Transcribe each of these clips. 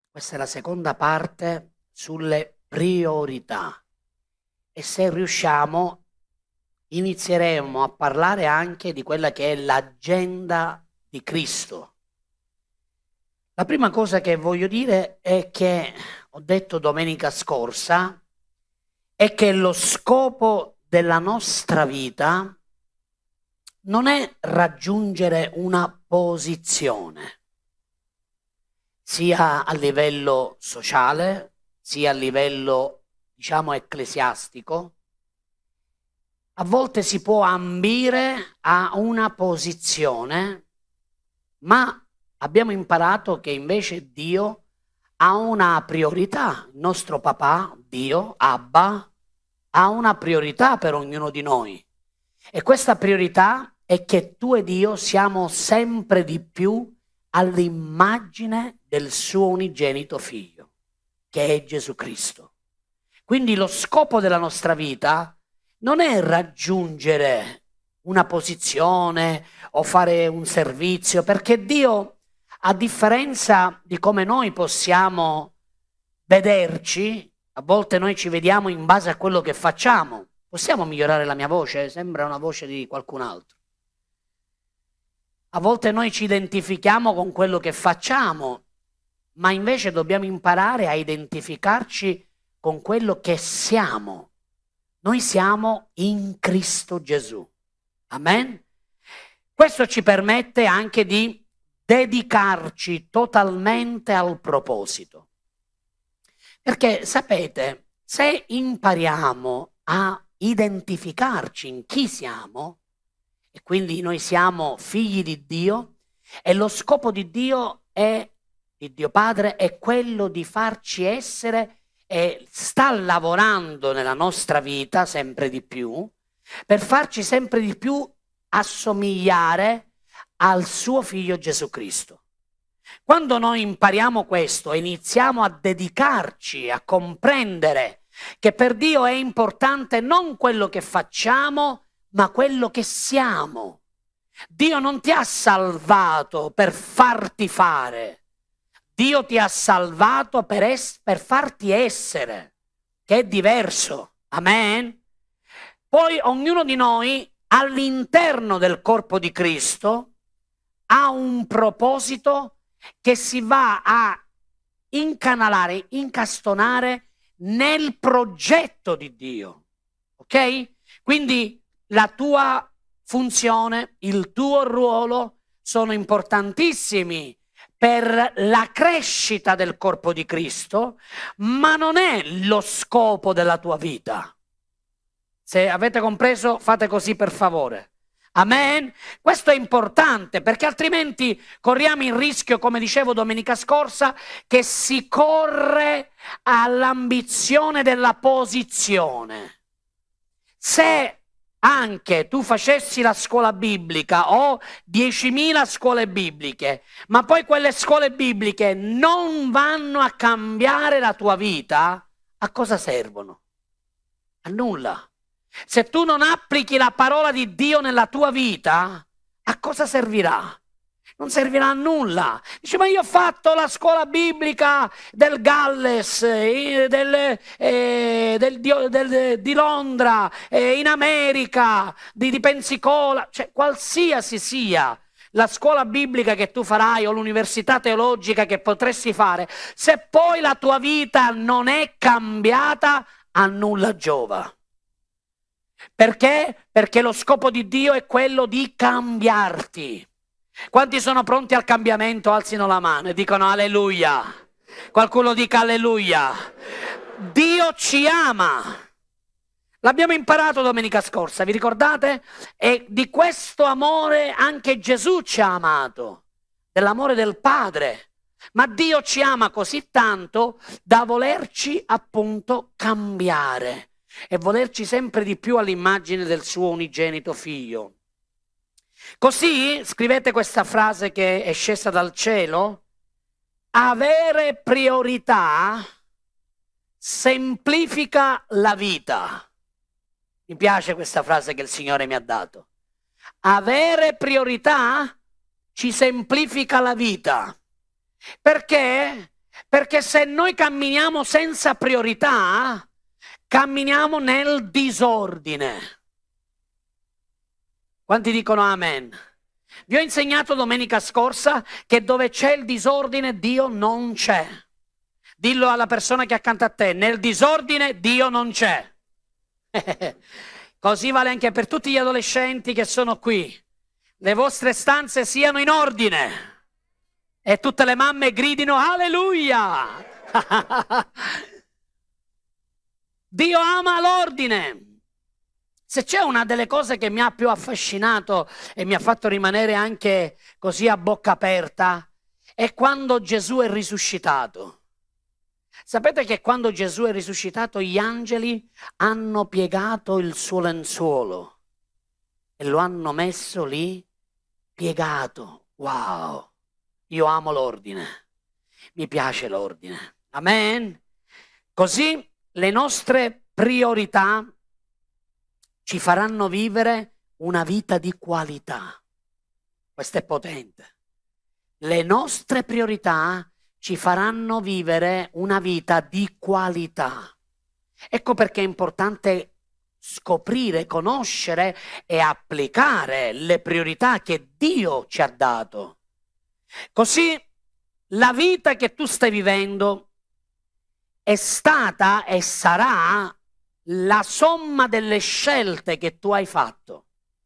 Questa è la seconda parte sulle priorità e se riusciamo inizieremo a parlare anche di quella che è l'agenda di Cristo. La prima cosa che voglio dire è che ho detto domenica scorsa è che lo scopo della nostra vita non è raggiungere una posizione, sia a livello sociale, sia a livello, diciamo, ecclesiastico. A volte si può ambire a una posizione, ma abbiamo imparato che invece Dio ha una priorità. Il nostro papà, Dio, Abba, ha una priorità per ognuno di noi. E questa priorità è che tu ed io siamo sempre di più all'immagine del suo unigenito figlio, che è Gesù Cristo. Quindi lo scopo della nostra vita non è raggiungere una posizione o fare un servizio, perché Dio, a differenza di come noi possiamo vederci, a volte noi ci vediamo in base a quello che facciamo. Possiamo migliorare la mia voce? Sembra una voce di qualcun altro. A volte noi ci identifichiamo con quello che facciamo, ma invece dobbiamo imparare a identificarci con quello che siamo. Noi siamo in Cristo Gesù. Amen? Questo ci permette anche di dedicarci totalmente al proposito. Perché sapete, se impariamo a identificarci in chi siamo, e quindi noi siamo figli di Dio, e lo scopo di Dio Padre, è quello di farci essere, e sta lavorando nella nostra vita sempre di più, per farci sempre di più assomigliare al suo figlio Gesù Cristo. Quando noi impariamo questo e iniziamo a dedicarci, a comprendere che per Dio è importante non quello che facciamo, ma quello che siamo. Dio non ti ha salvato per farti fare, Dio ti ha salvato per farti essere, che è diverso. Amen? Poi ognuno di noi all'interno del corpo di Cristo ha un proposito che si va a incanalare, incastonare nel progetto di Dio. Ok? Quindi la tua funzione, il tuo ruolo sono importantissimi per la crescita del corpo di Cristo, ma non è lo scopo della tua vita. Se avete compreso, fate così per favore. Amen? Questo è importante perché altrimenti corriamo il rischio, come dicevo domenica scorsa, che si corre all'ambizione della posizione. Se anche tu facessi la scuola biblica o 10.000 scuole bibliche, ma poi quelle scuole bibliche non vanno a cambiare la tua vita, a cosa servono? A nulla. Se tu non applichi la parola di Dio nella tua vita, a cosa servirà? Non servirà a nulla. Dice, ma io ho fatto la scuola biblica del Galles, di Londra, in America, di Pensacola, cioè qualsiasi sia la scuola biblica che tu farai o l'università teologica che potresti fare, se poi la tua vita non è cambiata, a nulla giova. Perché? Perché lo scopo di Dio è quello di cambiarti. Quanti sono pronti al cambiamento? Alzino la mano e dicono alleluia. Qualcuno dica alleluia. Dio ci ama. L'abbiamo imparato domenica scorsa, vi ricordate? E di questo amore anche Gesù ci ha amato, dell'amore del Padre. Ma Dio ci ama così tanto da volerci appunto cambiare e volerci sempre di più all'immagine del suo unigenito figlio. Così, scrivete questa frase che è scesa dal cielo: avere priorità semplifica la vita. Mi piace questa frase che il Signore mi ha dato. Avere priorità ci semplifica la vita. Perché? Perché se noi camminiamo senza priorità, camminiamo nel disordine. Quanti dicono amen? Vi ho insegnato domenica scorsa che dove c'è il disordine Dio non c'è. Dillo alla persona che è accanto a te, nel disordine Dio non c'è. Così vale anche per tutti gli adolescenti che sono qui. Le vostre stanze siano in ordine e tutte le mamme gridino alleluia. Dio ama l'ordine. Se c'è una delle cose che mi ha più affascinato e mi ha fatto rimanere anche così a bocca aperta, è quando Gesù è risuscitato. Sapete che quando Gesù è risuscitato gli angeli hanno piegato il suo lenzuolo e lo hanno messo lì piegato. Wow! Io amo l'ordine, mi piace l'ordine. Amen? Così le nostre priorità ci faranno vivere una vita di qualità. Questo è potente. Le nostre priorità ci faranno vivere una vita di qualità. Ecco perché è importante scoprire, conoscere e applicare le priorità che Dio ci ha dato. Così la vita che tu stai vivendo è stata e sarà la somma delle scelte che tu hai fatto.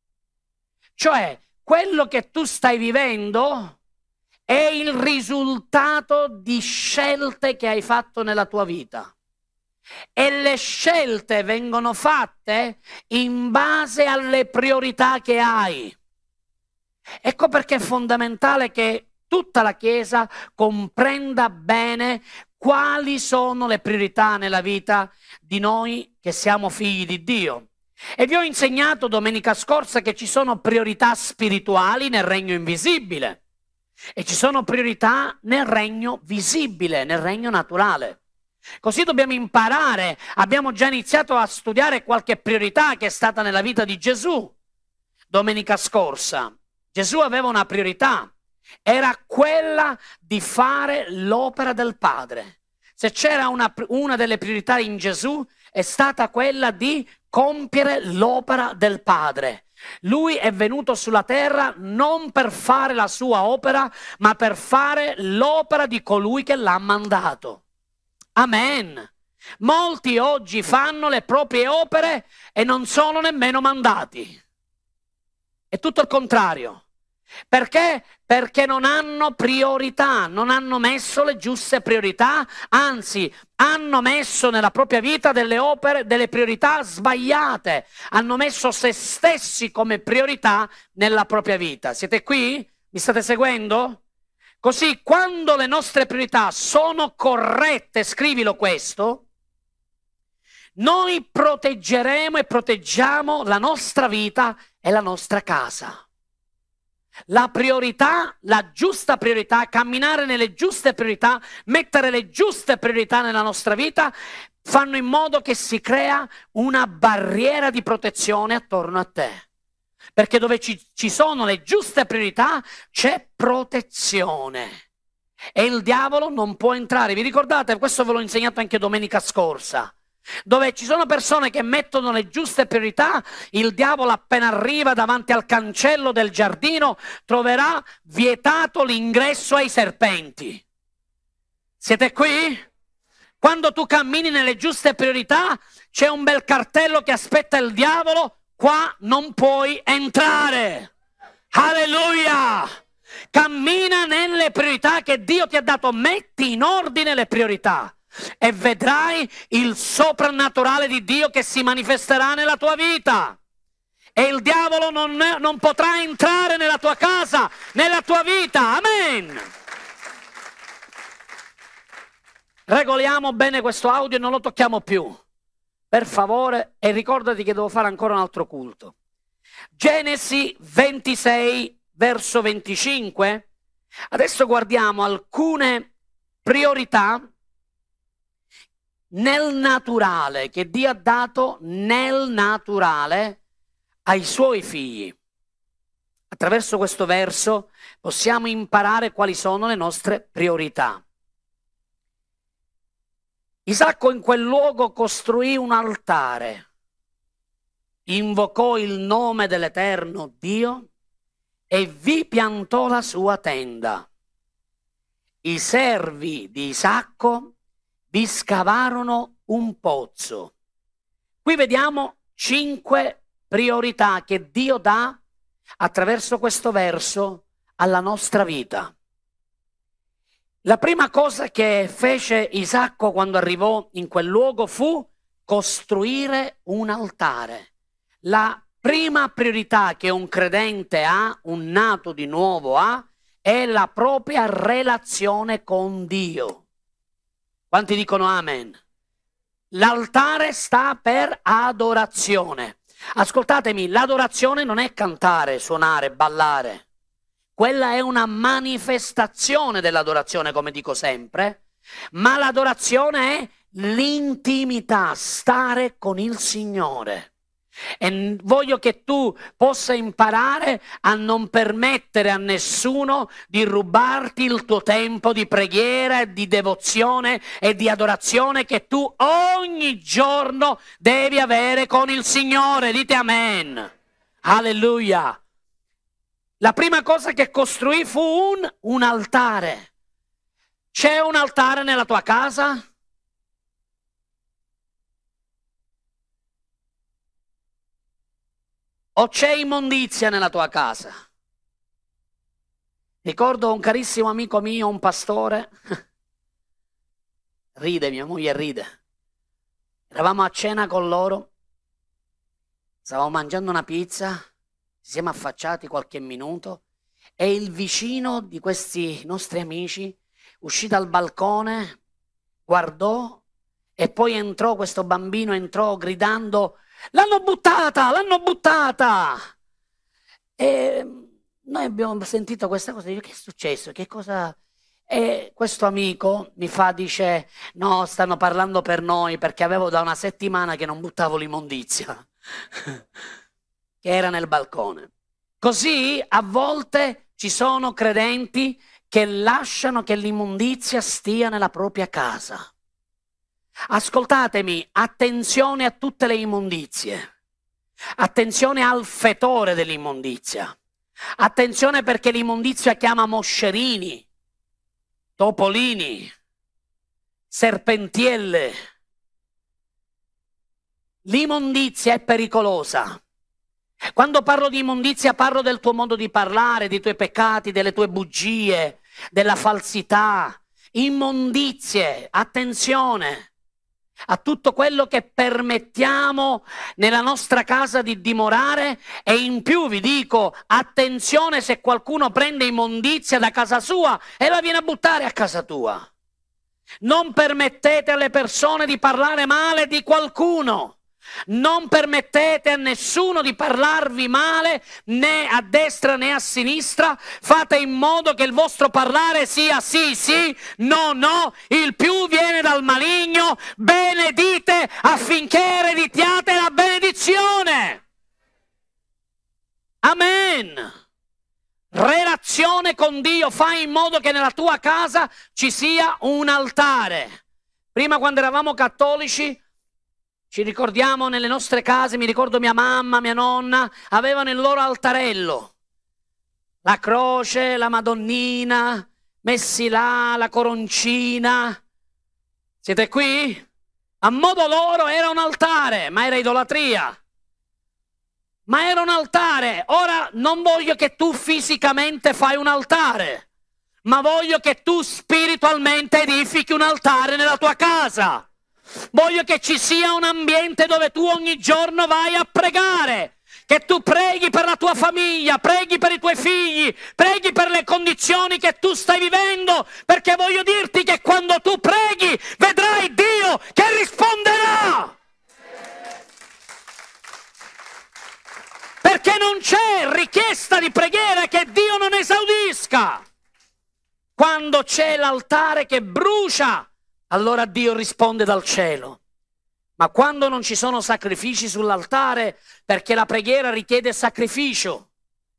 Cioè, quello che tu stai vivendo è il risultato di scelte che hai fatto nella tua vita. E le scelte vengono fatte in base alle priorità che hai. Ecco perché è fondamentale che tutta la Chiesa comprenda bene quali sono le priorità nella vita di noi che siamo figli di Dio. E vi ho insegnato domenica scorsa che ci sono priorità spirituali nel regno invisibile e ci sono priorità nel regno visibile, nel regno naturale. Così dobbiamo imparare, abbiamo già iniziato a studiare qualche priorità che è stata nella vita di Gesù. Domenica scorsa Gesù aveva una priorità, era quella di fare l'opera del Padre. Se c'era una delle priorità in Gesù è stata quella di compiere l'opera del Padre. Lui è venuto sulla terra non per fare la sua opera, ma per fare l'opera di colui che l'ha mandato. Amen. Molti oggi fanno le proprie opere e non sono nemmeno mandati. È tutto il contrario. Perché? Perché non hanno priorità, non hanno messo le giuste priorità, anzi hanno messo nella propria vita delle opere, delle priorità sbagliate, hanno messo se stessi come priorità nella propria vita. Siete qui? Mi state seguendo? Così quando le nostre priorità sono corrette, scrivilo questo, noi proteggeremo e proteggiamo la nostra vita e la nostra casa. La priorità, la giusta priorità, camminare nelle giuste priorità, mettere le giuste priorità nella nostra vita, fanno in modo che si crea una barriera di protezione attorno a te. Perché dove ci sono le giuste priorità c'è protezione. E il diavolo non può entrare. Vi ricordate? Questo ve l'ho insegnato anche domenica scorsa. Dove ci sono persone che mettono le giuste priorità, il diavolo appena arriva davanti al cancello del giardino troverà vietato l'ingresso ai serpenti. Siete qui? Quando tu cammini nelle giuste priorità c'è un bel cartello che aspetta il diavolo: qua non puoi entrare. Alleluia! Cammina nelle priorità che Dio ti ha dato, metti in ordine le priorità e vedrai il soprannaturale di Dio che si manifesterà nella tua vita. E il diavolo non potrà entrare nella tua casa, nella tua vita. Amen. Regoliamo bene questo audio e non lo tocchiamo più, per favore, e ricordati che devo fare ancora un altro culto. Genesi 26 verso 25. Adesso guardiamo alcune priorità nel naturale, che Dio ha dato nel naturale ai suoi figli. Attraverso questo verso possiamo imparare quali sono le nostre priorità. Isacco in quel luogo costruì un altare, invocò il nome dell'Eterno Dio e vi piantò la sua tenda. I servi di Isacco vi scavarono un pozzo. Qui vediamo 5 priorità che Dio dà attraverso questo verso alla nostra vita. La prima cosa che fece Isacco quando arrivò in quel luogo fu costruire un altare. La prima priorità che un credente ha, un nato di nuovo ha, è la propria relazione con Dio. Quanti dicono amen? L'altare sta per adorazione. Ascoltatemi, l'adorazione non è cantare, suonare, ballare. Quella è una manifestazione dell'adorazione, come dico sempre, ma l'adorazione è l'intimità, stare con il Signore. E voglio che tu possa imparare a non permettere a nessuno di rubarti il tuo tempo di preghiera, di devozione e di adorazione che tu ogni giorno devi avere con il Signore. Dite amen. Alleluia. La prima cosa che costruì fu un altare. C'è un altare nella tua casa? O c'è immondizia nella tua casa? Ricordo un carissimo amico mio, un pastore, ride, mia moglie ride. Eravamo a cena con loro, stavamo mangiando una pizza, ci siamo affacciati qualche minuto e il vicino di questi nostri amici uscì dal balcone, guardò e poi entrò, questo bambino entrò gridando: l'hanno buttata, l'hanno buttata! E noi abbiamo sentito questa cosa, che è successo? Che cosa? E questo amico mi fa, dice: no, stanno parlando per noi perché avevo da una settimana che non buttavo l'immondizia che era nel balcone. Così a volte ci sono credenti che lasciano che l'immondizia stia nella propria casa. Ascoltatemi, attenzione a tutte le immondizie, attenzione al fetore dell'immondizia, attenzione perché l'immondizia chiama moscerini, topolini, serpentielle. L'immondizia è pericolosa. Quando parlo di immondizia parlo del tuo modo di parlare, dei tuoi peccati, delle tue bugie, della falsità. Immondizie, attenzione a tutto quello che permettiamo nella nostra casa di dimorare, e in più vi dico, attenzione se qualcuno prende immondizia da casa sua e la viene a buttare a casa tua. Non permettete alle persone di parlare male di qualcuno. Non permettete a nessuno di parlarvi male né a destra né a sinistra. Fate in modo che il vostro parlare sia sì sì, no no, il più viene dal maligno. Benedite affinché ereditiate la benedizione. Amen. Relazione con Dio, fai in modo che nella tua casa ci sia un altare. Prima, quando eravamo cattolici, ci ricordiamo nelle nostre case, mi ricordo mia mamma, mia nonna, avevano il loro altarello. La croce, la Madonnina, messi là, la coroncina. Siete qui? A modo loro era un altare, ma era idolatria. Ma era un altare. Ora non voglio che tu fisicamente fai un altare, ma voglio che tu spiritualmente edifichi un altare nella tua casa. Voglio che ci sia un ambiente dove tu ogni giorno vai a pregare, che tu preghi per la tua famiglia, preghi per i tuoi figli, preghi per le condizioni che tu stai vivendo, perché voglio dirti che quando tu preghi vedrai Dio che risponderà. Perché non c'è richiesta di preghiera che Dio non esaudisca. Quando c'è l'altare che brucia, allora Dio risponde dal cielo. Ma quando non ci sono sacrifici sull'altare, perché la preghiera richiede sacrificio,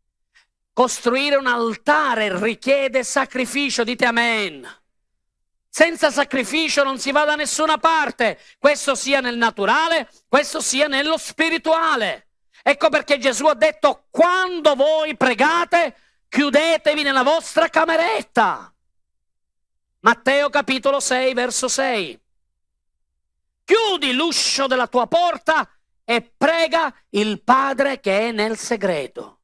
costruire un altare richiede sacrificio, dite amen. Senza sacrificio non si va da nessuna parte, questo sia nel naturale, questo sia nello spirituale. Ecco perché Gesù ha detto: quando voi pregate, chiudetevi nella vostra cameretta. Matteo capitolo 6, verso 6. Chiudi l'uscio della tua porta e prega il Padre che è nel segreto.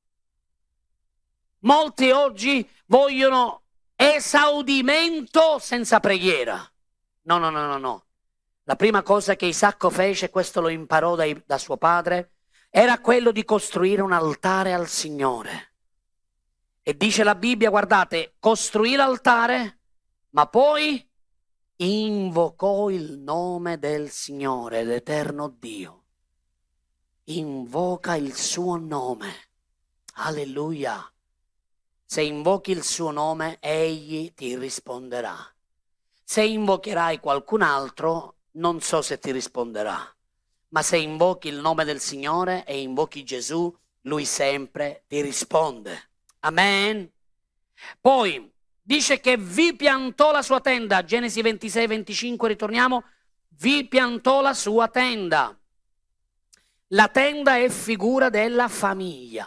Molti oggi vogliono esaudimento senza preghiera. No. La prima cosa che Isacco fece, questo lo imparò da suo padre, era quello di costruire un altare al Signore. E dice la Bibbia, guardate, costruì l'altare, ma poi invocò il nome del Signore, l'Eterno Dio. Invoca il suo nome. Alleluia. Se invochi il suo nome, egli ti risponderà. Se invocherai qualcun altro, non so se ti risponderà. Ma se invochi il nome del Signore e invochi Gesù, lui sempre ti risponde. Amen. Poi dice che vi piantò la sua tenda. Genesi 26, 25, ritorniamo. Vi piantò la sua tenda. La tenda è figura della famiglia.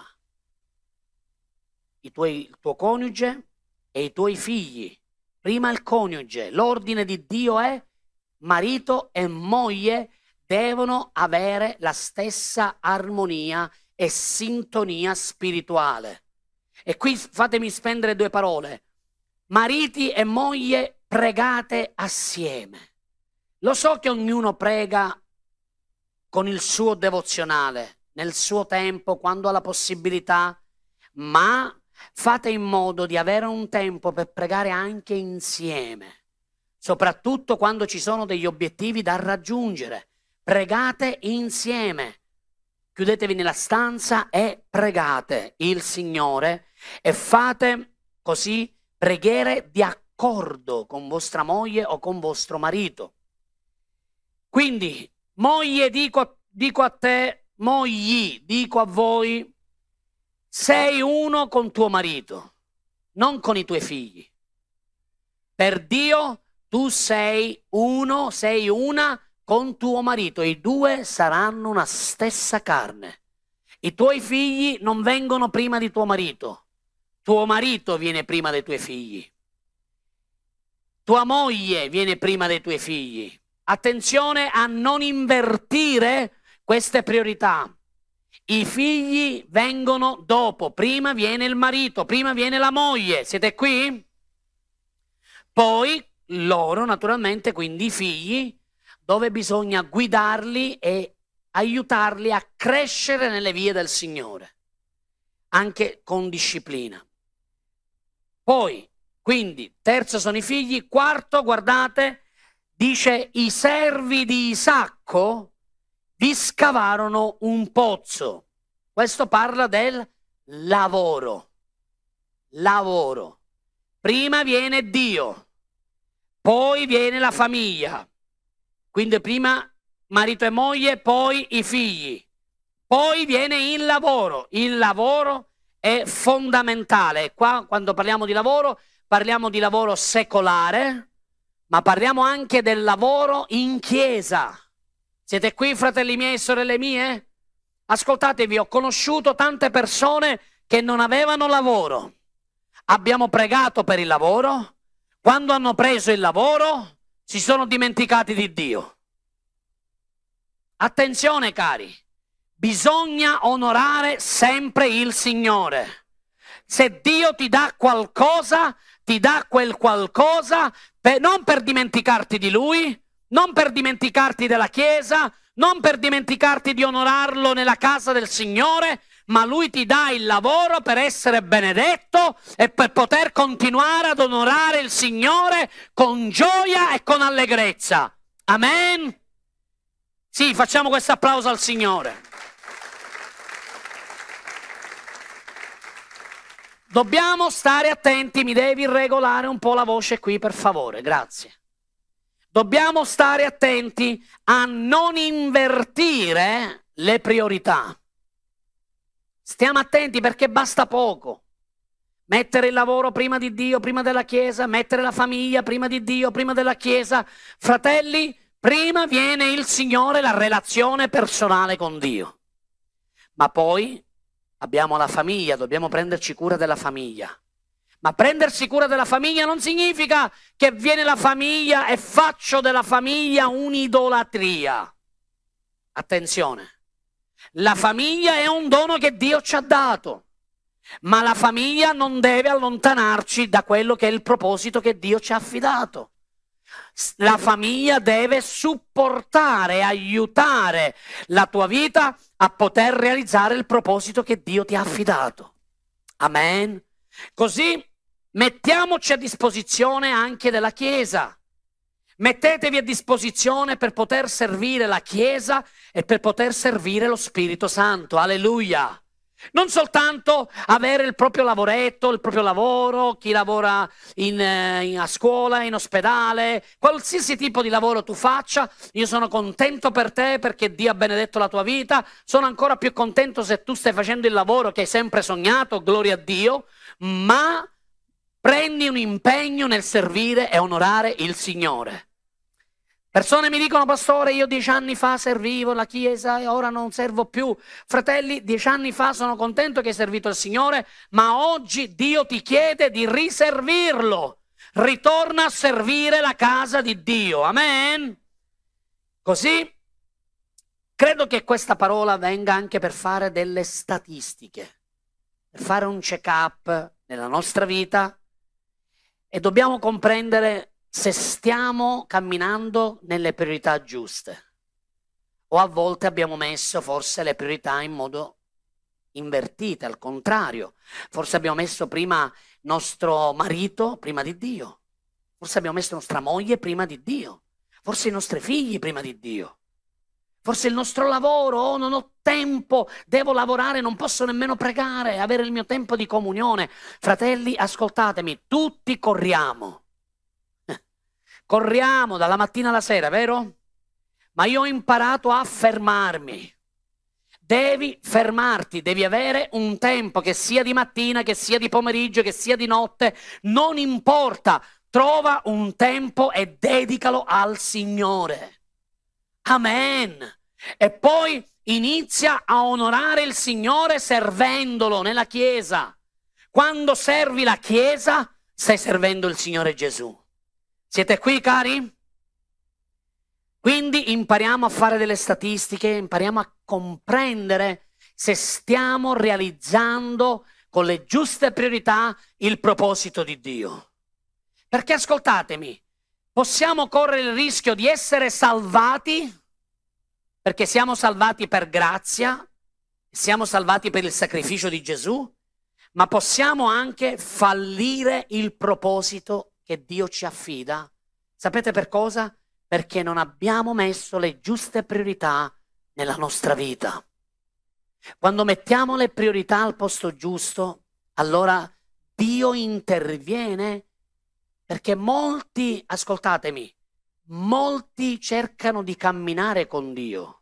Il tuo coniuge e i tuoi figli. Prima il coniuge. L'ordine di Dio è: marito e moglie devono avere la stessa armonia e sintonia spirituale. E qui fatemi spendere due parole. Mariti e moglie, pregate assieme. Lo so che ognuno prega con il suo devozionale, nel suo tempo, quando ha la possibilità, ma fate in modo di avere un tempo per pregare anche insieme, soprattutto quando ci sono degli obiettivi da raggiungere. Pregate insieme. Chiudetevi nella stanza e pregate il Signore e fate così preghiere di accordo con vostra moglie o con vostro marito. Quindi, moglie, dico a te, mogli, dico a voi, sei uno con tuo marito, non con i tuoi figli. Per Dio tu sei uno, sei una con tuo marito, i due saranno una stessa carne. I tuoi figli non vengono prima di tuo marito viene prima dei tuoi figli. Tua moglie viene prima dei tuoi figli. Attenzione a non invertire queste priorità. I figli vengono dopo, prima viene il marito, prima viene la moglie. Siete qui? Poi loro, naturalmente, quindi i figli, dove bisogna guidarli e aiutarli a crescere nelle vie del Signore, anche con disciplina. Poi, quindi, terzo sono i figli. Quarto, guardate, dice: i servi di Isacco vi scavarono un pozzo. Questo parla del lavoro. Lavoro. Prima viene Dio, poi viene la famiglia. Quindi prima marito e moglie, poi i figli. Poi viene il lavoro. Il lavoro è fondamentale. Qua, quando parliamo di lavoro secolare, ma parliamo anche del lavoro in chiesa. Siete qui, fratelli miei e sorelle mie? Ascoltatevi, ho conosciuto tante persone che non avevano lavoro. Abbiamo pregato per il lavoro. Quando hanno preso il lavoro, si sono dimenticati di Dio. Attenzione, cari, bisogna onorare sempre il Signore. Se Dio ti dà qualcosa, ti dà quel qualcosa non per dimenticarti di Lui, non per dimenticarti della Chiesa, non per dimenticarti di onorarlo nella casa del Signore, ma Lui ti dà il lavoro per essere benedetto e per poter continuare ad onorare il Signore con gioia e con allegrezza. Amen? Sì, facciamo questo applauso al Signore. Dobbiamo stare attenti, mi devi regolare un po' la voce qui, per favore, grazie. Dobbiamo stare attenti a non invertire le priorità. Stiamo attenti perché basta poco. Mettere il lavoro prima di Dio, prima della Chiesa, mettere la famiglia prima di Dio, prima della Chiesa. Fratelli, prima viene il Signore, la relazione personale con Dio. Ma poi abbiamo la famiglia, dobbiamo prenderci cura della famiglia. Ma prendersi cura della famiglia non significa che viene la famiglia e faccio della famiglia un'idolatria. Attenzione, la famiglia è un dono che Dio ci ha dato, ma la famiglia non deve allontanarci da quello che è il proposito che Dio ci ha affidato. La famiglia deve supportare, aiutare la tua vita a poter realizzare il proposito che Dio ti ha affidato. Amen. Così mettiamoci a disposizione anche della Chiesa. Mettetevi a disposizione per poter servire la Chiesa e per poter servire lo Spirito Santo. Alleluia! Non soltanto avere il proprio lavoretto, il proprio lavoro, chi lavora a scuola, in ospedale, qualsiasi tipo di lavoro tu faccia, io sono contento per te perché Dio ha benedetto la tua vita, sono ancora più contento se tu stai facendo il lavoro che hai sempre sognato, gloria a Dio, ma prendi un impegno nel servire e onorare il Signore. Persone mi dicono, pastore, io 10 anni fa servivo la Chiesa e ora non servo più. Fratelli, 10 anni fa sono contento che hai servito il Signore, ma oggi Dio ti chiede di riservirlo. Ritorna a servire la casa di Dio. Amen. Così, credo che questa parola venga anche per fare delle statistiche, per fare un check-up nella nostra vita e dobbiamo comprendere se stiamo camminando nelle priorità giuste o a volte abbiamo messo forse le priorità in modo invertito, al contrario. Forse abbiamo messo prima nostro marito prima di Dio, forse abbiamo messo nostra moglie prima di Dio, forse i nostri figli prima di Dio, forse il nostro lavoro, oh, non ho tempo, devo lavorare, non posso nemmeno pregare, avere il mio tempo di comunione. Fratelli, ascoltatemi, tutti corriamo. Corriamo dalla mattina alla sera, vero? Ma io ho imparato a fermarmi. Devi fermarti, devi avere un tempo che sia di mattina, che sia di pomeriggio, che sia di notte, non importa, trova un tempo e dedicalo al Signore. Amen. E poi inizia a onorare il Signore servendolo nella Chiesa. Quando servi la Chiesa, stai servendo il Signore Gesù. Siete qui, cari? Quindi impariamo a fare delle statistiche, impariamo a comprendere se stiamo realizzando con le giuste priorità il proposito di Dio. Perché ascoltatemi, possiamo correre il rischio di essere salvati, perché siamo salvati per grazia, siamo salvati per il sacrificio di Gesù, ma possiamo anche fallire il proposito che Dio ci affida. Sapete per cosa? Perché non abbiamo messo le giuste priorità nella nostra vita. Quando mettiamo le priorità al posto giusto, allora Dio interviene, perché molti, ascoltatemi, molti cercano di camminare con Dio,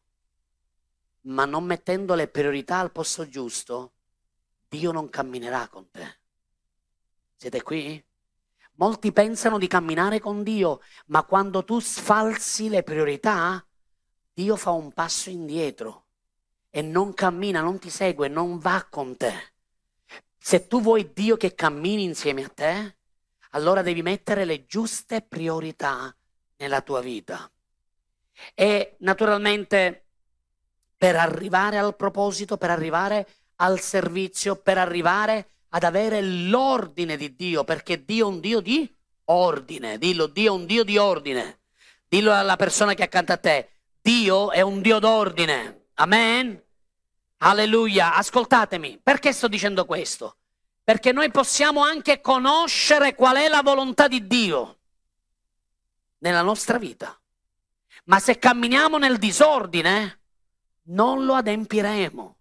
ma non mettendo le priorità al posto giusto, Dio non camminerà con te. Siete qui? Molti pensano di camminare con Dio, ma quando tu sfalsi le priorità, Dio fa un passo indietro e non cammina, non ti segue, non va con te. Se tu vuoi Dio che cammini insieme a te, allora devi mettere le giuste priorità nella tua vita. E naturalmente per arrivare al proposito, per arrivare al servizio, per arrivare ad avere l'ordine di Dio, perché Dio è un Dio di ordine. Dillo, Dio è un Dio di ordine. Dillo alla persona che è accanto a te, Dio è un Dio d'ordine. Amen? Alleluia. Ascoltatemi, perché sto dicendo questo? Perché noi possiamo anche conoscere qual è la volontà di Dio nella nostra vita, ma se camminiamo nel disordine non lo adempiremo.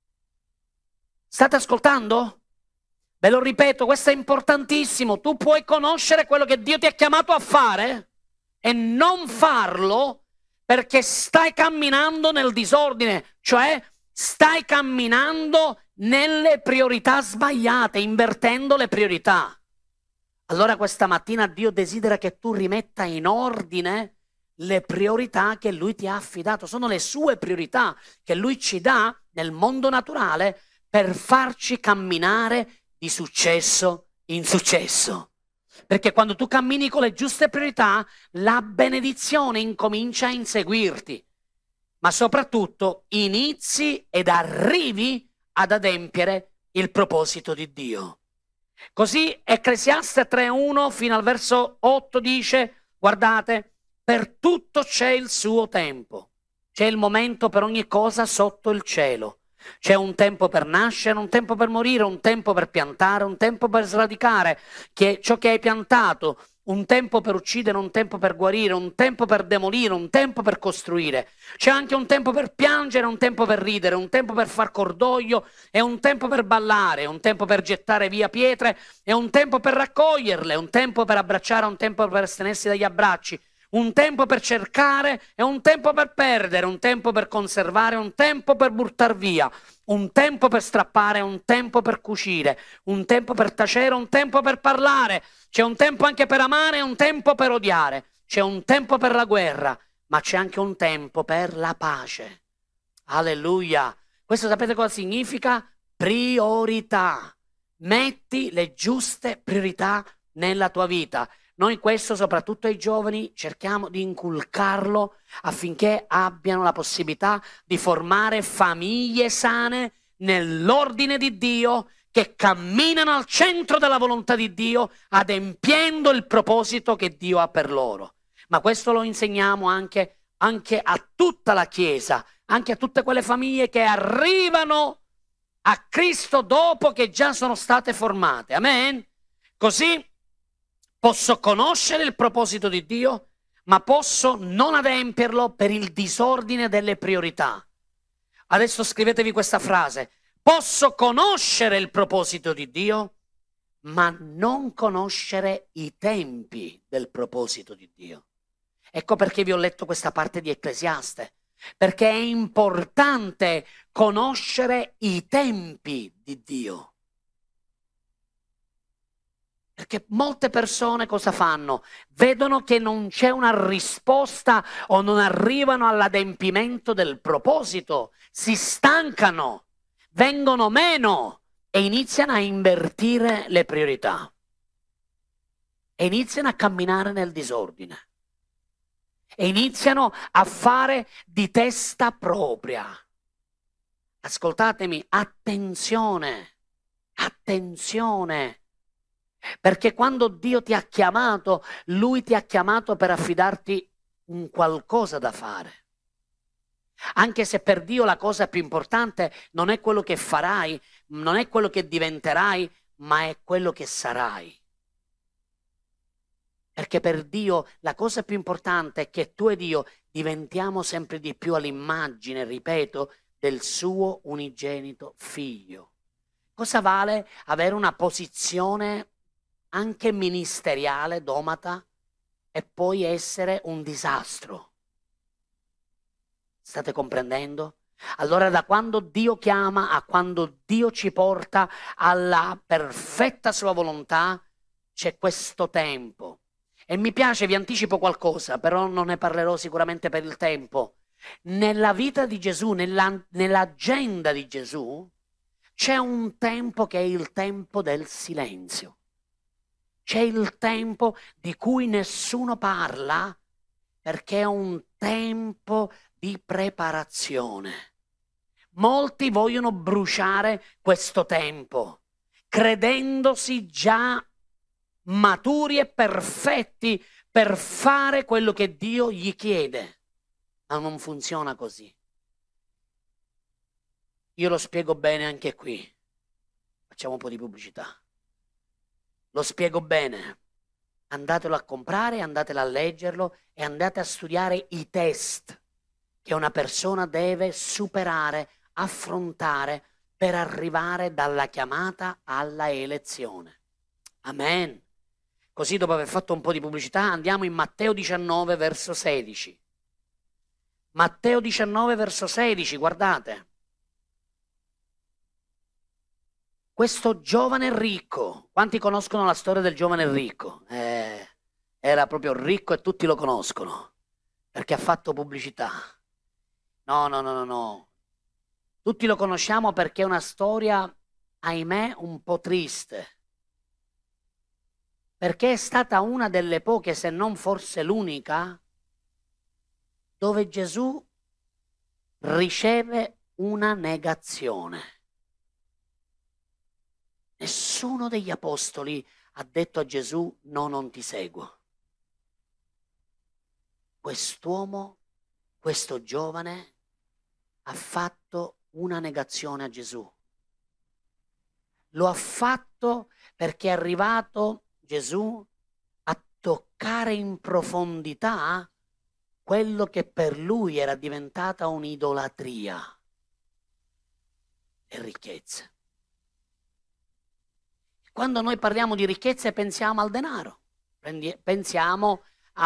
State ascoltando? Ve lo ripeto, questo è importantissimo. Tu puoi conoscere quello che Dio ti ha chiamato a fare e non farlo perché stai camminando nel disordine, cioè stai camminando nelle priorità sbagliate, invertendo le priorità. Allora questa mattina Dio desidera che tu rimetta in ordine le priorità che Lui ti ha affidato. Sono le sue priorità che Lui ci dà nel mondo naturale per farci camminare di successo in successo. Perché quando tu cammini con le giuste priorità, la benedizione incomincia a inseguirti. Ma soprattutto inizi ed arrivi ad adempiere il proposito di Dio. Così Ecclesiaste 3:1 fino al verso 8 dice, guardate, per tutto c'è il suo tempo, c'è il momento per ogni cosa sotto il cielo. C'è un tempo per nascere, un tempo per morire, un tempo per piantare, un tempo per sradicare ciò che hai piantato, un tempo per uccidere, un tempo per guarire, un tempo per demolire, un tempo per costruire. C'è anche un tempo per piangere, un tempo per ridere, un tempo per far cordoglio, e un tempo per ballare, un tempo per gettare via pietre, e un tempo per raccoglierle, un tempo per abbracciare, un tempo per astenersi dagli abbracci, un tempo per cercare e un tempo per perdere, un tempo per conservare, un tempo per buttar via, un tempo per strappare, un tempo per cucire, un tempo per tacere, un tempo per parlare. C'è un tempo anche per amare e un tempo per odiare. C'è un tempo per la guerra, ma c'è anche un tempo per la pace. Alleluia! Questo sapete cosa significa? Priorità. Metti le giuste priorità nella tua vita. Noi questo, soprattutto ai giovani, cerchiamo di inculcarlo affinché abbiano la possibilità di formare famiglie sane nell'ordine di Dio, che camminano al centro della volontà di Dio, adempiendo il proposito che Dio ha per loro. Ma questo lo insegniamo anche a tutta la Chiesa, anche a tutte quelle famiglie che arrivano a Cristo dopo che già sono state formate. Amen? Così posso conoscere il proposito di Dio, ma posso non adempierlo per il disordine delle priorità. Adesso scrivetevi questa frase. Posso conoscere il proposito di Dio, ma non conoscere i tempi del proposito di Dio. Ecco perché vi ho letto questa parte di Ecclesiaste, perché è importante conoscere i tempi di Dio. Perché molte persone cosa fanno? Vedono che non c'è una risposta o non arrivano all'adempimento del proposito, si stancano, vengono meno e iniziano a invertire le priorità e iniziano a camminare nel disordine e iniziano a fare di testa propria. Ascoltatemi, attenzione, attenzione. Perché quando Dio ti ha chiamato, Lui ti ha chiamato per affidarti un qualcosa da fare. Anche se per Dio la cosa più importante non è quello che farai, non è quello che diventerai, ma è quello che sarai. Perché per Dio la cosa più importante è che tu ed io diventiamo sempre di più all'immagine, ripeto, del suo unigenito figlio. Cosa vale avere una posizione anche ministeriale, domata, e poi essere un disastro? State comprendendo? Allora da quando Dio chiama a quando Dio ci porta alla perfetta sua volontà, c'è questo tempo. E mi piace, vi anticipo qualcosa, però non ne parlerò sicuramente per il tempo. Nella vita di Gesù, nell'agenda di Gesù, c'è un tempo che è il tempo del silenzio. C'è il tempo di cui nessuno parla, perché è un tempo di preparazione. Molti vogliono bruciare questo tempo, credendosi già maturi e perfetti per fare quello che Dio gli chiede. Ma non funziona così. Io lo spiego bene anche qui. Facciamo un po' di pubblicità. Lo spiego bene. Andatelo a comprare, andatelo a leggerlo e andate a studiare i test che una persona deve superare, affrontare per arrivare dalla chiamata alla elezione. Amen. Così, dopo aver fatto un po' di pubblicità, andiamo in Matteo 19 verso 16. Matteo 19 verso 16, guardate. questo giovane ricco, quanti conoscono la storia del giovane ricco? Era proprio ricco e tutti lo conoscono, perché ha fatto pubblicità. No. Tutti lo conosciamo perché è una storia, ahimè, un po' triste. Perché è stata una delle poche, se non forse l'unica, dove Gesù riceve una negazione. Nessuno degli apostoli ha detto a Gesù: no, non ti seguo. Quest'uomo, questo giovane, ha fatto una negazione a Gesù. Lo ha fatto perché è arrivato Gesù a toccare in profondità quello che per lui era diventata un'idolatria: le ricchezze. Quando noi parliamo di ricchezze pensiamo al denaro, pensiamo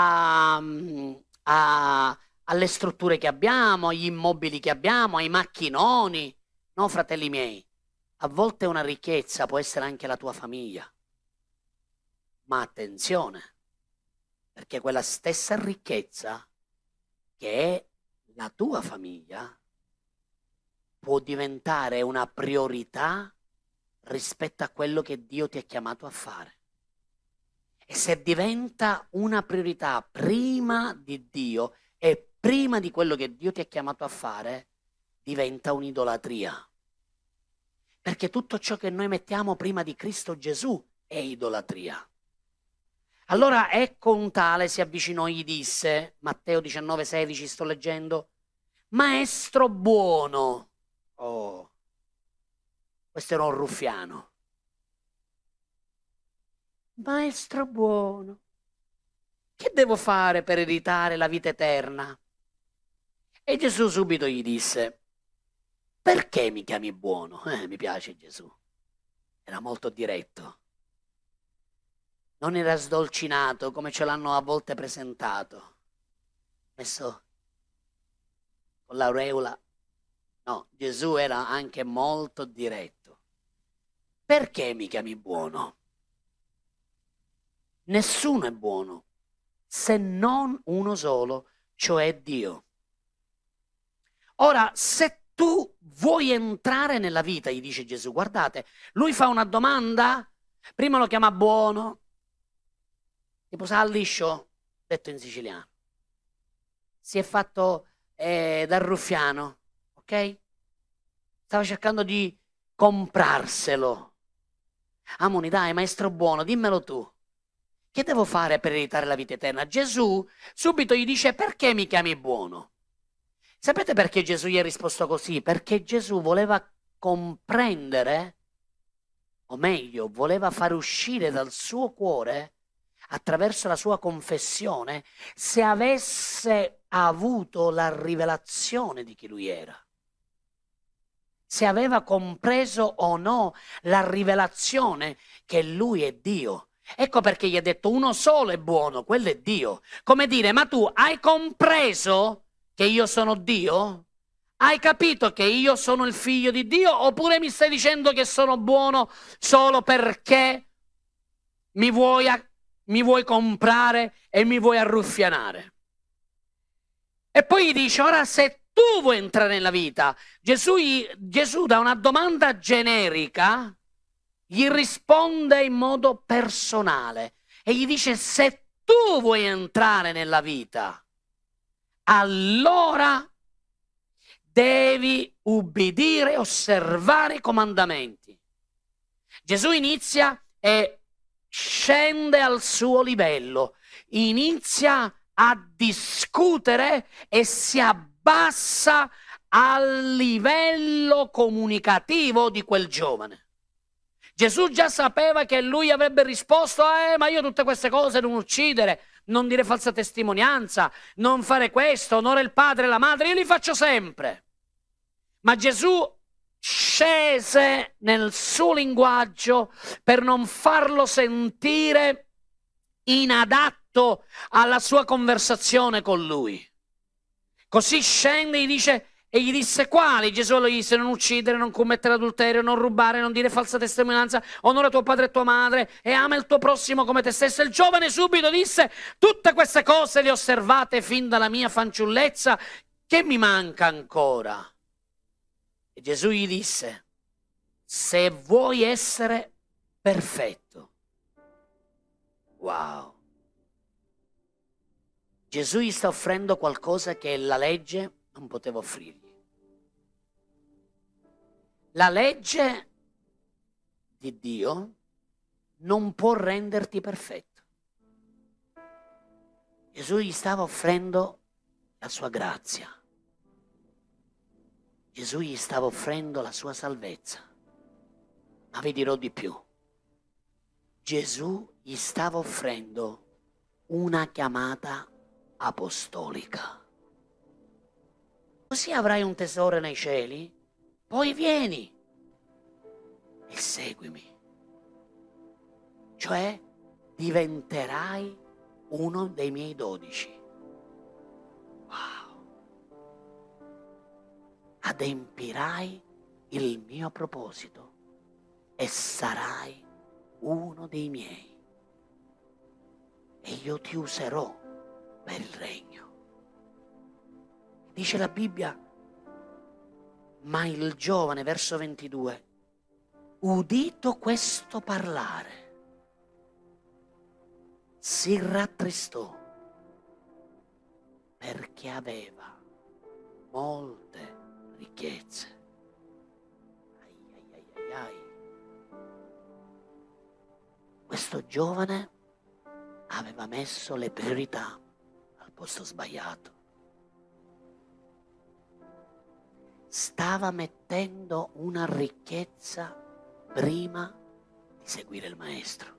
alle strutture che abbiamo, agli immobili che abbiamo, ai macchinoni. No, fratelli miei, a volte una ricchezza può essere anche la tua famiglia. Ma attenzione, perché quella stessa ricchezza che è la tua famiglia può diventare una priorità rispetto a quello che Dio ti ha chiamato a fare. E se diventa una priorità prima di Dio e prima di quello che Dio ti ha chiamato a fare, diventa un'idolatria. Perché tutto ciò che noi mettiamo prima di Cristo Gesù è idolatria. Allora ecco un tale si avvicinò e gli disse, Matteo 19,16 sto leggendo: Maestro buono. Oh, questo era un ruffiano. Maestro buono, che devo fare per ereditare la vita eterna? E Gesù subito gli disse: perché mi chiami buono? Mi piace Gesù. Era molto diretto. Non era sdolcinato come ce l'hanno a volte presentato. Messo con l'aureola. No, Gesù era anche molto diretto. Perché mi chiami buono? Nessuno è buono se non uno solo, cioè Dio. Ora, se tu vuoi entrare nella vita, gli dice Gesù, guardate, lui fa una domanda, prima lo chiama buono, tipo sa liscio, detto in siciliano. Si è fatto dal ruffiano, ok? Stava cercando di comprarselo. Amoni, dai, maestro buono, dimmelo tu. Che devo fare per ereditare la vita eterna? Gesù subito gli dice: perché mi chiami buono? Sapete perché Gesù gli ha risposto così? Perché Gesù voleva comprendere, o meglio, voleva far uscire dal suo cuore, attraverso la sua confessione, se avesse avuto la rivelazione di chi lui era. Se aveva compreso o no la rivelazione che lui è Dio. Ecco perché gli ha detto: uno solo è buono, quello è Dio. Come dire, ma tu hai compreso che io sono Dio? Hai capito che io sono il figlio di Dio? Oppure mi stai dicendo che sono buono solo perché mi vuoi comprare e mi vuoi arruffianare? E poi gli dice: ora se tu vuoi entrare nella vita, Gesù da una domanda generica gli risponde in modo personale e gli dice: se tu vuoi entrare nella vita, allora devi ubbidire e osservare i comandamenti. Gesù inizia e scende al suo livello, inizia a discutere e si abbassa al livello comunicativo di quel giovane. Gesù già sapeva che lui avrebbe risposto: ma io tutte queste cose, non uccidere, non dire falsa testimonianza, non fare questo, onora il padre e la madre, io li faccio sempre. Ma Gesù scese nel suo linguaggio per non farlo sentire inadatto alla sua conversazione con lui. Così scende e dice: E gli disse quali? Gesù gli disse: non uccidere, non commettere adulterio, non rubare, non dire falsa testimonianza, onora tuo padre e tua madre e ama il tuo prossimo come te stesso. Il giovane subito disse: tutte queste cose le ho osservate fin dalla mia fanciullezza, che mi manca ancora? E Gesù gli disse: se vuoi essere perfetto. Wow. Gesù gli sta offrendo qualcosa che la legge non poteva offrirgli. La legge di Dio non può renderti perfetto. Gesù gli stava offrendo la sua grazia. Gesù gli stava offrendo la sua salvezza. Ma vi dirò di più. Gesù gli stava offrendo una chiamata apostolica. Così avrai un tesoro nei cieli, poi vieni e seguimi. Cioè diventerai uno dei miei 12. Wow! Adempirai il mio proposito e sarai uno dei miei. E io ti userò per il regno. Dice la Bibbia, ma il giovane, verso 22, udito questo parlare, si rattristò perché aveva molte ricchezze. Ai. Questo giovane aveva messo le priorità al posto sbagliato. Stava mettendo una ricchezza prima di seguire il maestro.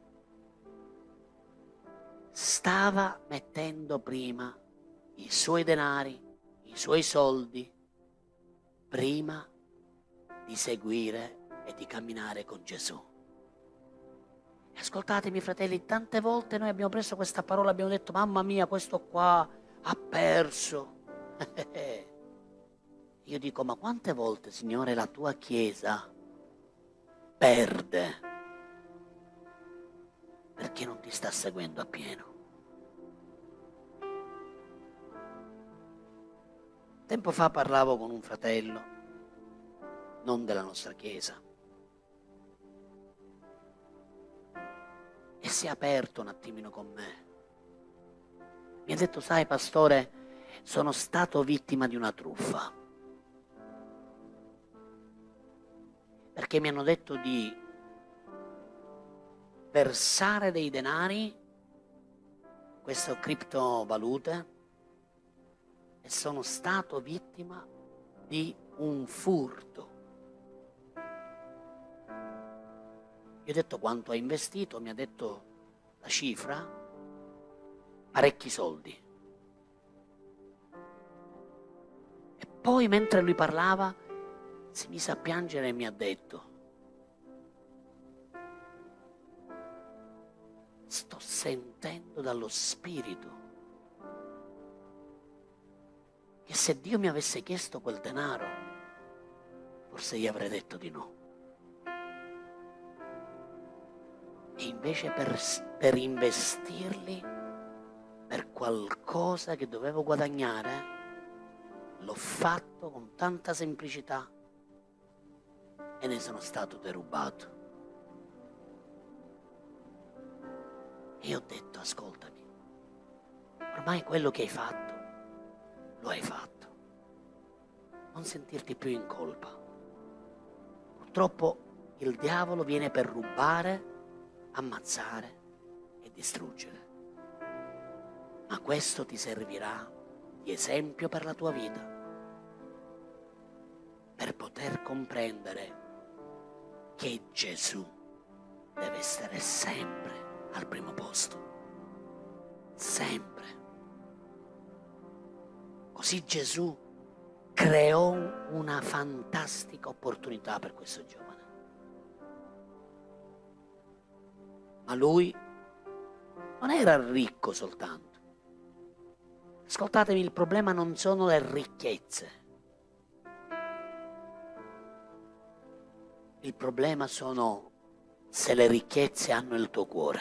Stava mettendo prima i suoi denari, i suoi soldi, prima di seguire e di camminare con Gesù. Ascoltatemi, fratelli, tante volte noi abbiamo preso questa parola, abbiamo detto: mamma mia, questo qua ha perso. Io dico: ma quante volte, Signore, la tua Chiesa perde perché non ti sta seguendo appieno? Tempo fa parlavo con un fratello, non della nostra Chiesa, e si è aperto un attimino con me. Mi ha detto: sai, pastore, sono stato vittima di una truffa. Perché mi hanno detto di versare dei denari, queste criptovalute, e sono stato vittima di un furto. Gli ho detto quanto ha investito, mi ha detto la cifra, parecchi soldi. E poi mentre lui parlava si mise a piangere e mi ha detto: sto sentendo dallo Spirito che se Dio mi avesse chiesto quel denaro, forse gli avrei detto di no. E invece per investirli per qualcosa che dovevo guadagnare, l'ho fatto con tanta semplicità e ne sono stato derubato. E ho detto: ascoltami, ormai quello che hai fatto, lo hai fatto. Non sentirti più in colpa. Purtroppo il diavolo viene per rubare, ammazzare e distruggere. Ma questo ti servirà di esempio per la tua vita, per poter comprendere che Gesù deve essere sempre al primo posto. Sempre. Così Gesù creò una fantastica opportunità per questo giovane. Ma lui non era ricco soltanto. Ascoltatemi, il problema non sono le ricchezze. Il problema sono se le ricchezze hanno il tuo cuore.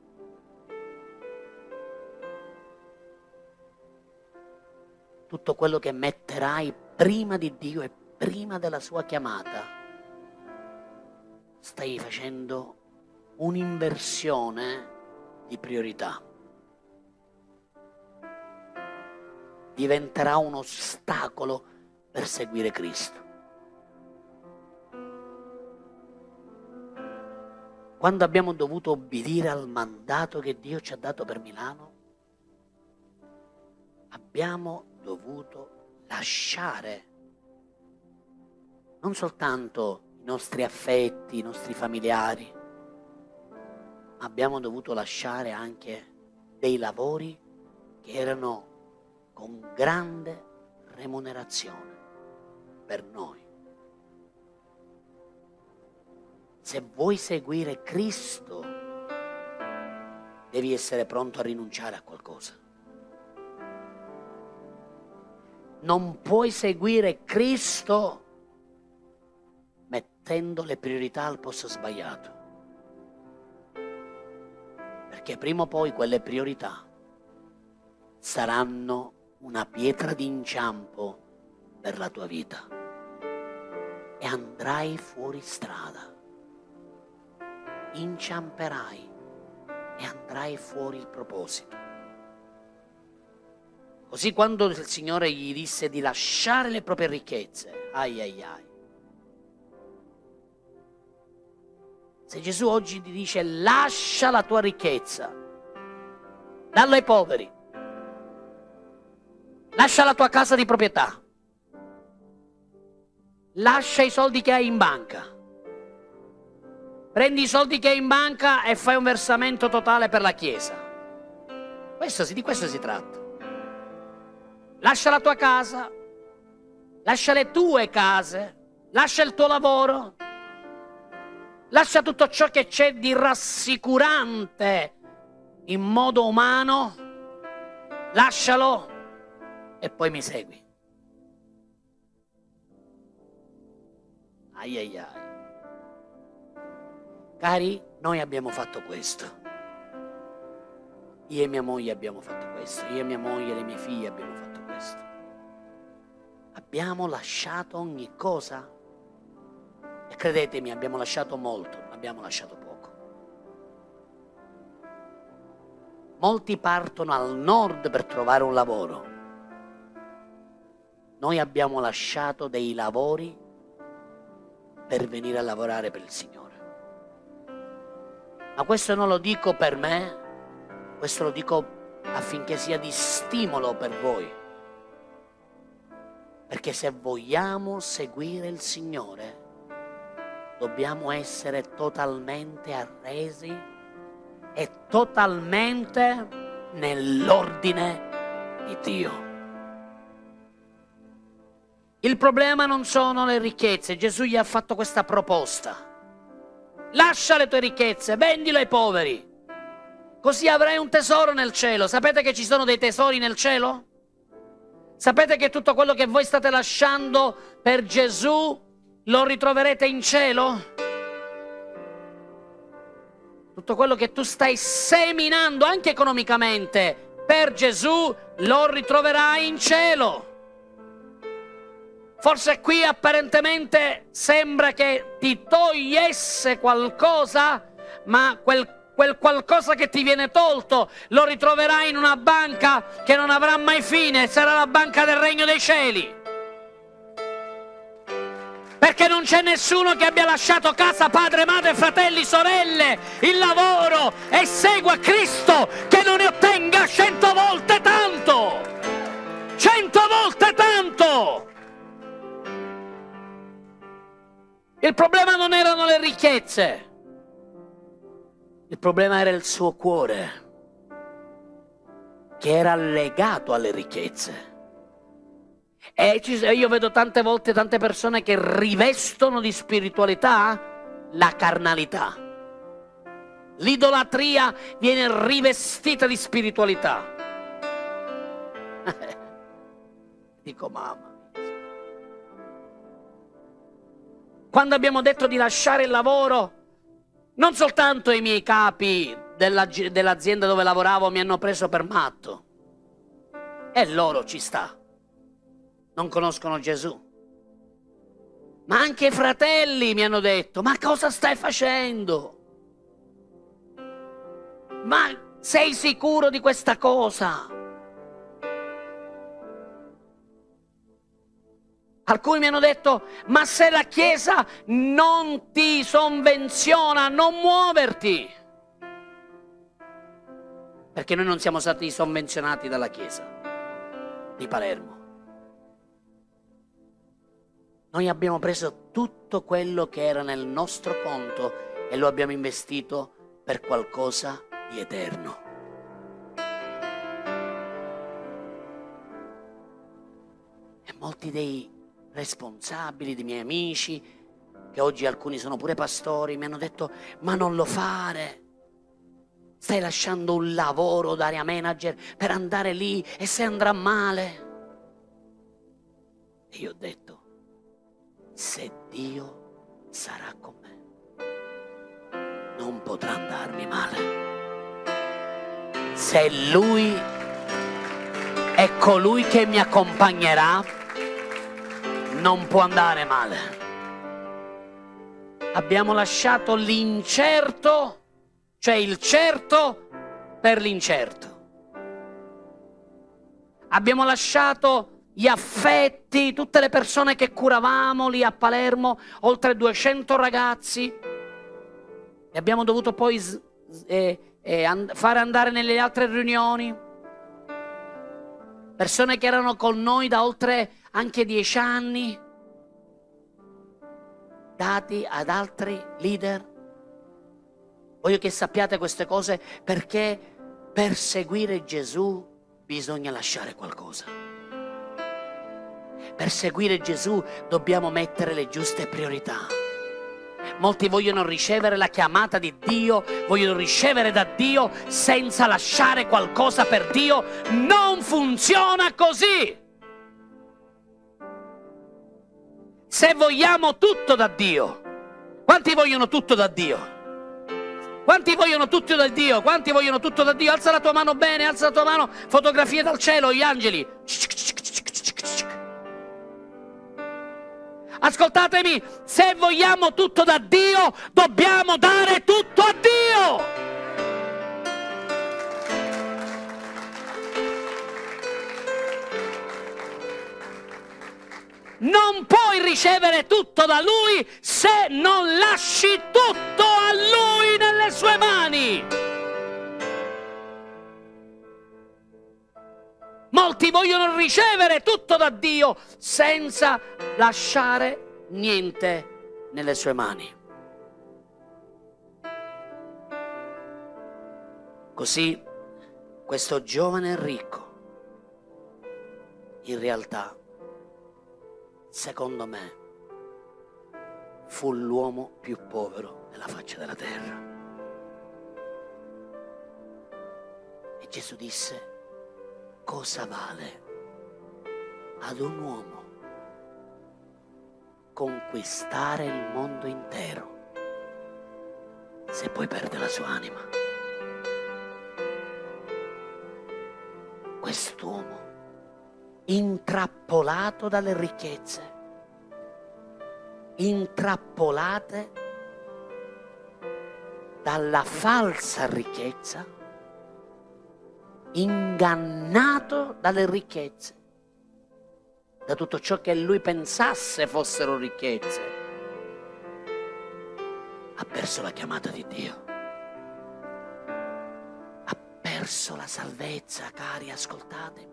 Tutto quello che metterai prima di Dio e prima della sua chiamata, stai facendo un'inversione di priorità. Diventerà un ostacolo per seguire Cristo. Quando abbiamo dovuto obbedire al mandato che Dio ci ha dato per Milano, abbiamo dovuto lasciare non soltanto i nostri affetti, i nostri familiari, ma abbiamo dovuto lasciare anche dei lavori che erano con grande remunerazione per noi. Se vuoi seguire Cristo, devi essere pronto a rinunciare a qualcosa. Non puoi seguire Cristo mettendo le priorità al posto sbagliato. Perché prima o poi quelle priorità saranno una pietra d'inciampo per la tua vita e andrai fuori strada. Inciamperai e andrai fuori il proposito. Così quando il Signore gli disse di lasciare le proprie ricchezze, ai ai ai. Se Gesù oggi ti dice lascia la tua ricchezza, dallo ai poveri, lascia la tua casa di proprietà, lascia i soldi che hai in banca, prendi i soldi che hai in banca e fai un versamento totale per la Chiesa. Di questo si tratta. Lascia la tua casa, lascia le tue case, lascia il tuo lavoro, lascia tutto ciò che c'è di rassicurante in modo umano, lascialo e poi mi segui. Ai ai ai. Cari, noi abbiamo fatto questo. Io e mia moglie abbiamo fatto questo. Io e mia moglie e le mie figlie abbiamo fatto questo. Abbiamo lasciato ogni cosa. E credetemi, abbiamo lasciato molto, non abbiamo lasciato poco. Molti partono al nord per trovare un lavoro. Noi abbiamo lasciato dei lavori per venire a lavorare per il Signore. Ma questo non lo dico per me, questo lo dico affinché sia di stimolo per voi. Perché se vogliamo seguire il Signore, dobbiamo essere totalmente arresi e totalmente nell'ordine di Dio. Il problema non sono le ricchezze. Gesù gli ha fatto questa proposta. Lascia le tue ricchezze, vendile ai poveri, così avrai un tesoro nel cielo. Sapete che ci sono dei tesori nel cielo? Sapete che tutto quello che voi state lasciando per Gesù lo ritroverete in cielo? Tutto quello che tu stai seminando anche economicamente per Gesù lo ritroverai in cielo. Forse qui apparentemente sembra che ti togliesse qualcosa, ma quel qualcosa che ti viene tolto lo ritroverai in una banca che non avrà mai fine, sarà la banca del regno dei cieli. Perché non c'è nessuno che abbia lasciato casa, padre, madre, fratelli, sorelle, il lavoro e segua Cristo che non ne ottenga 100 volte tanto. 100 volte tanto. Il problema non erano le ricchezze, il problema era il suo cuore, che era legato alle ricchezze. E io vedo tante volte tante persone che rivestono di spiritualità la carnalità. L'idolatria viene rivestita di spiritualità. Dico, mamma. Quando abbiamo detto di lasciare il lavoro, non soltanto i miei capi dell'azienda dove lavoravo mi hanno preso per matto. E loro ci sta. Non conoscono Gesù. Ma anche i fratelli mi hanno detto: ma cosa stai facendo? Ma sei sicuro di questa cosa? Alcuni mi hanno detto: ma se la Chiesa non ti sovvenziona, non muoverti. Perché noi non siamo stati sovvenzionati dalla Chiesa di Palermo. Noi abbiamo preso tutto quello che era nel nostro conto e lo abbiamo investito per qualcosa di eterno. E molti dei responsabili, dei miei amici, che oggi alcuni sono pure pastori, mi hanno detto: ma non lo fare, stai lasciando un lavoro d'area manager per andare lì e se andrà male. E io ho detto: se Dio sarà con me, non potrà andarmi male. Se Lui è colui che mi accompagnerà, non può andare male. Abbiamo lasciato l'incerto, cioè il certo, per l'incerto. Abbiamo lasciato gli affetti, tutte le persone che curavamo lì a Palermo, oltre 200 ragazzi, e abbiamo dovuto poi fare andare nelle altre riunioni persone che erano con noi da oltre anche 10 anni, dati ad altri leader. Voglio che sappiate queste cose, perché per seguire Gesù bisogna lasciare qualcosa. Per seguire Gesù dobbiamo mettere le giuste priorità. Molti vogliono ricevere la chiamata di Dio, vogliono ricevere da Dio senza lasciare qualcosa per Dio. Non funziona così. Se vogliamo tutto da Dio, quanti vogliono tutto da Dio? Quanti vogliono tutto da Dio? Quanti vogliono tutto da Dio? Alza la tua mano bene, alza la tua mano. Fotografie dal cielo, gli angeli. Ascoltatemi, se vogliamo tutto da Dio, dobbiamo dare tutto a Dio. Non puoi ricevere tutto da Lui se non lasci tutto a Lui nelle sue mani. Molti vogliono ricevere tutto da Dio senza lasciare niente nelle sue mani. Così questo giovane ricco, in realtà, secondo me, fu l'uomo più povero della faccia della terra. E Gesù disse: cosa vale ad un uomo conquistare il mondo intero se poi perde la sua anima? Quest'uomo, intrappolato dalle ricchezze, intrappolate dalla falsa ricchezza, ingannato dalle ricchezze, da tutto ciò che lui pensasse fossero ricchezze, ha perso la chiamata di Dio, ha perso la salvezza. Cari, ascoltatemi.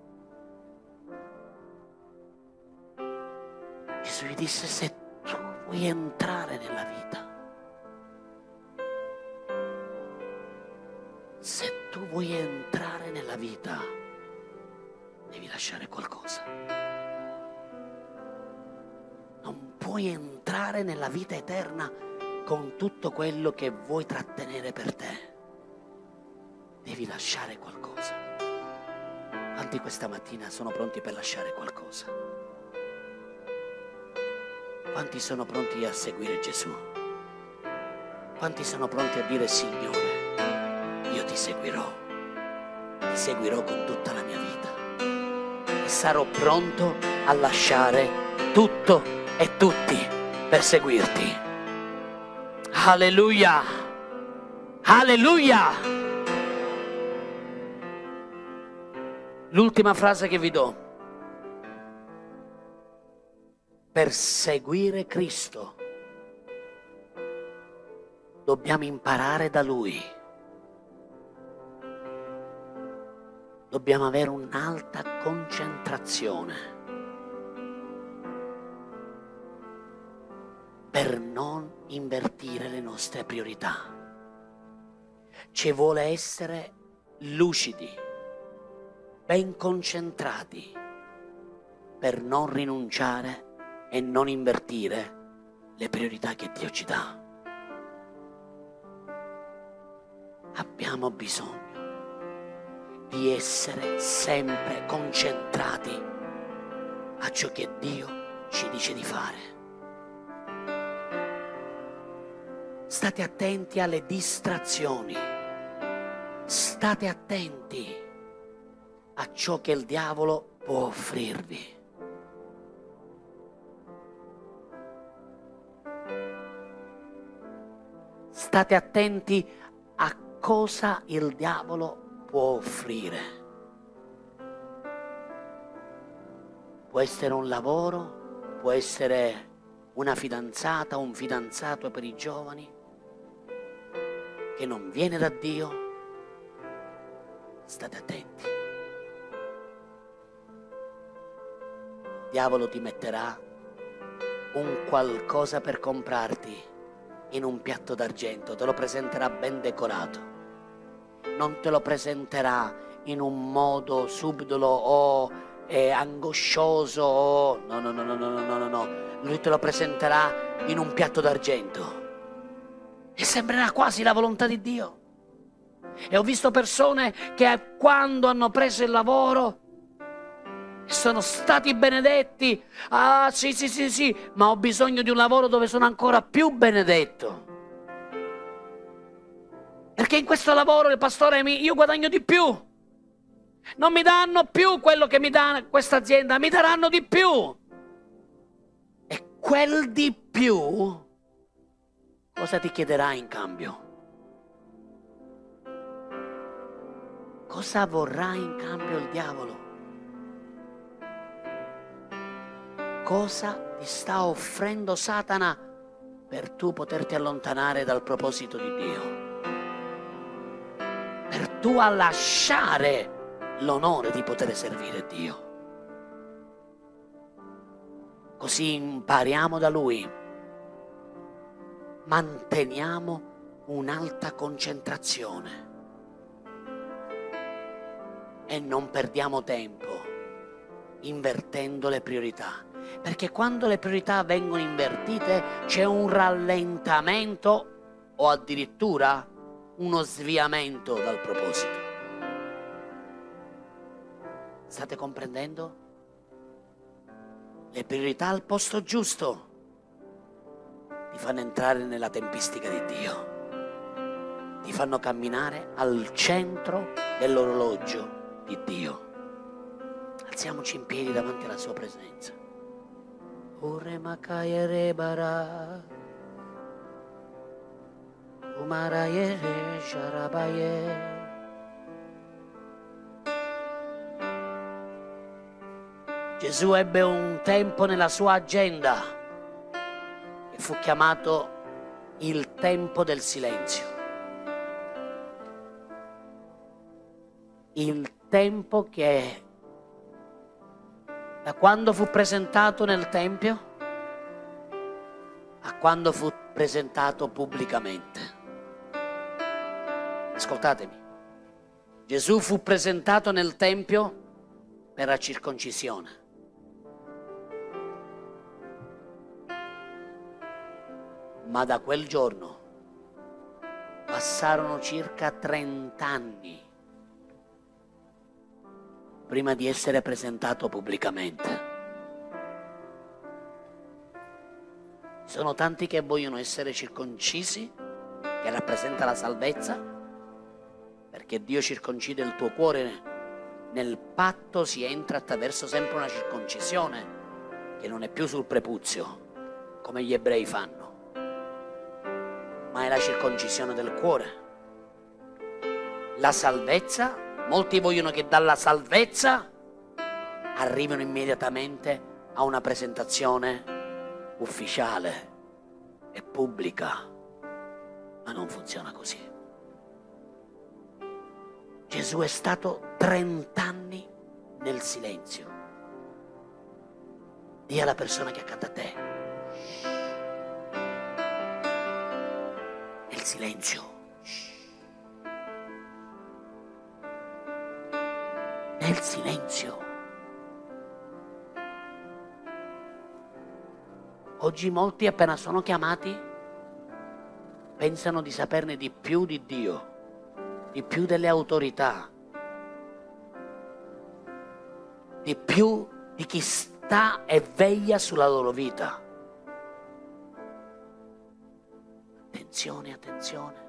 Gesù gli disse: se tu vuoi entrare nella vita, se tu vuoi entrare nella vita, devi lasciare qualcosa. Non puoi entrare nella vita eterna con tutto quello che vuoi trattenere per te. Devi lasciare qualcosa. Quanti questa mattina sono pronti per lasciare qualcosa? Quanti sono pronti a seguire Gesù? Quanti sono pronti a dire: Signore, io ti seguirò con tutta la mia vita e sarò pronto a lasciare tutto e tutti per seguirti. Alleluia! Alleluia! L'ultima frase che vi do. Per seguire Cristo dobbiamo imparare da Lui. Dobbiamo avere un'alta concentrazione per non invertire le nostre priorità. Ci vuole essere lucidi, ben concentrati per non rinunciare e non invertire le priorità che Dio ci dà. Abbiamo bisogno di essere sempre concentrati a ciò che Dio ci dice di fare. State attenti alle distrazioni, state attenti a ciò che il diavolo può offrirvi. State attenti a cosa il diavolo può offrire. Può essere un lavoro, può essere una fidanzata, un fidanzato per i giovani che non viene da Dio. State attenti. Il diavolo ti metterà un qualcosa per comprarti in un piatto d'argento, te lo presenterà ben decorato, non te lo presenterà in un modo subdolo o angoscioso o no, lui te lo presenterà in un piatto d'argento e sembrerà quasi la volontà di Dio. E ho visto persone che quando hanno preso il lavoro sono stati benedetti. Ah, sì, ma ho bisogno di un lavoro dove sono ancora più benedetto. Perché in questo lavoro, il pastore, io guadagno di più. Non mi danno più quello che mi dà questa azienda, mi daranno di più. E quel di più, cosa ti chiederà in cambio? Cosa vorrà in cambio il diavolo? Cosa ti sta offrendo Satana per tu poterti allontanare dal proposito di Dio? Per tu a lasciare l'onore di poter servire Dio. Così impariamo da Lui, manteniamo un'alta concentrazione e non perdiamo tempo invertendo le priorità. Perché quando le priorità vengono invertite c'è un rallentamento o addirittura uno sviamento dal proposito. State comprendendo? Le priorità al posto giusto ti fanno entrare nella tempistica di Dio, ti fanno camminare al centro dell'orologio di Dio. Alziamoci in piedi davanti alla sua presenza. Ore makayere bara, umarayere sharabaye. Gesù ebbe un tempo nella sua agenda che fu chiamato il tempo del silenzio. Il tempo che da quando fu presentato nel Tempio a quando fu presentato pubblicamente. Ascoltatemi, Gesù fu presentato nel Tempio per la circoncisione. Ma da quel giorno passarono circa 30 anni prima di essere presentato pubblicamente. Sono tanti che vogliono essere circoncisi, che rappresenta la salvezza, perché Dio circoncide il tuo cuore. Nel patto si entra attraverso sempre una circoncisione, che non è più sul prepuzio, come gli ebrei fanno, ma è la circoncisione del cuore. La salvezza, molti vogliono che dalla salvezza arrivino immediatamente a una presentazione ufficiale e pubblica, ma non funziona così. Gesù è stato 30 anni nel silenzio. Dì alla persona che è accanto a te: nel silenzio. Nel silenzio. Oggi molti appena sono chiamati pensano di saperne di più di Dio, di più delle autorità, di più di chi sta e veglia sulla loro vita. Attenzione, attenzione.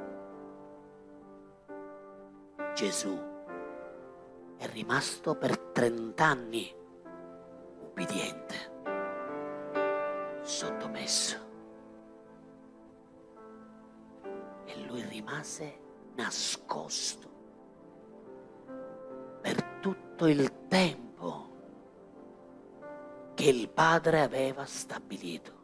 Gesù è rimasto per 30 anni ubbidiente, sottomesso, e lui rimase nascosto per tutto il tempo che il Padre aveva stabilito.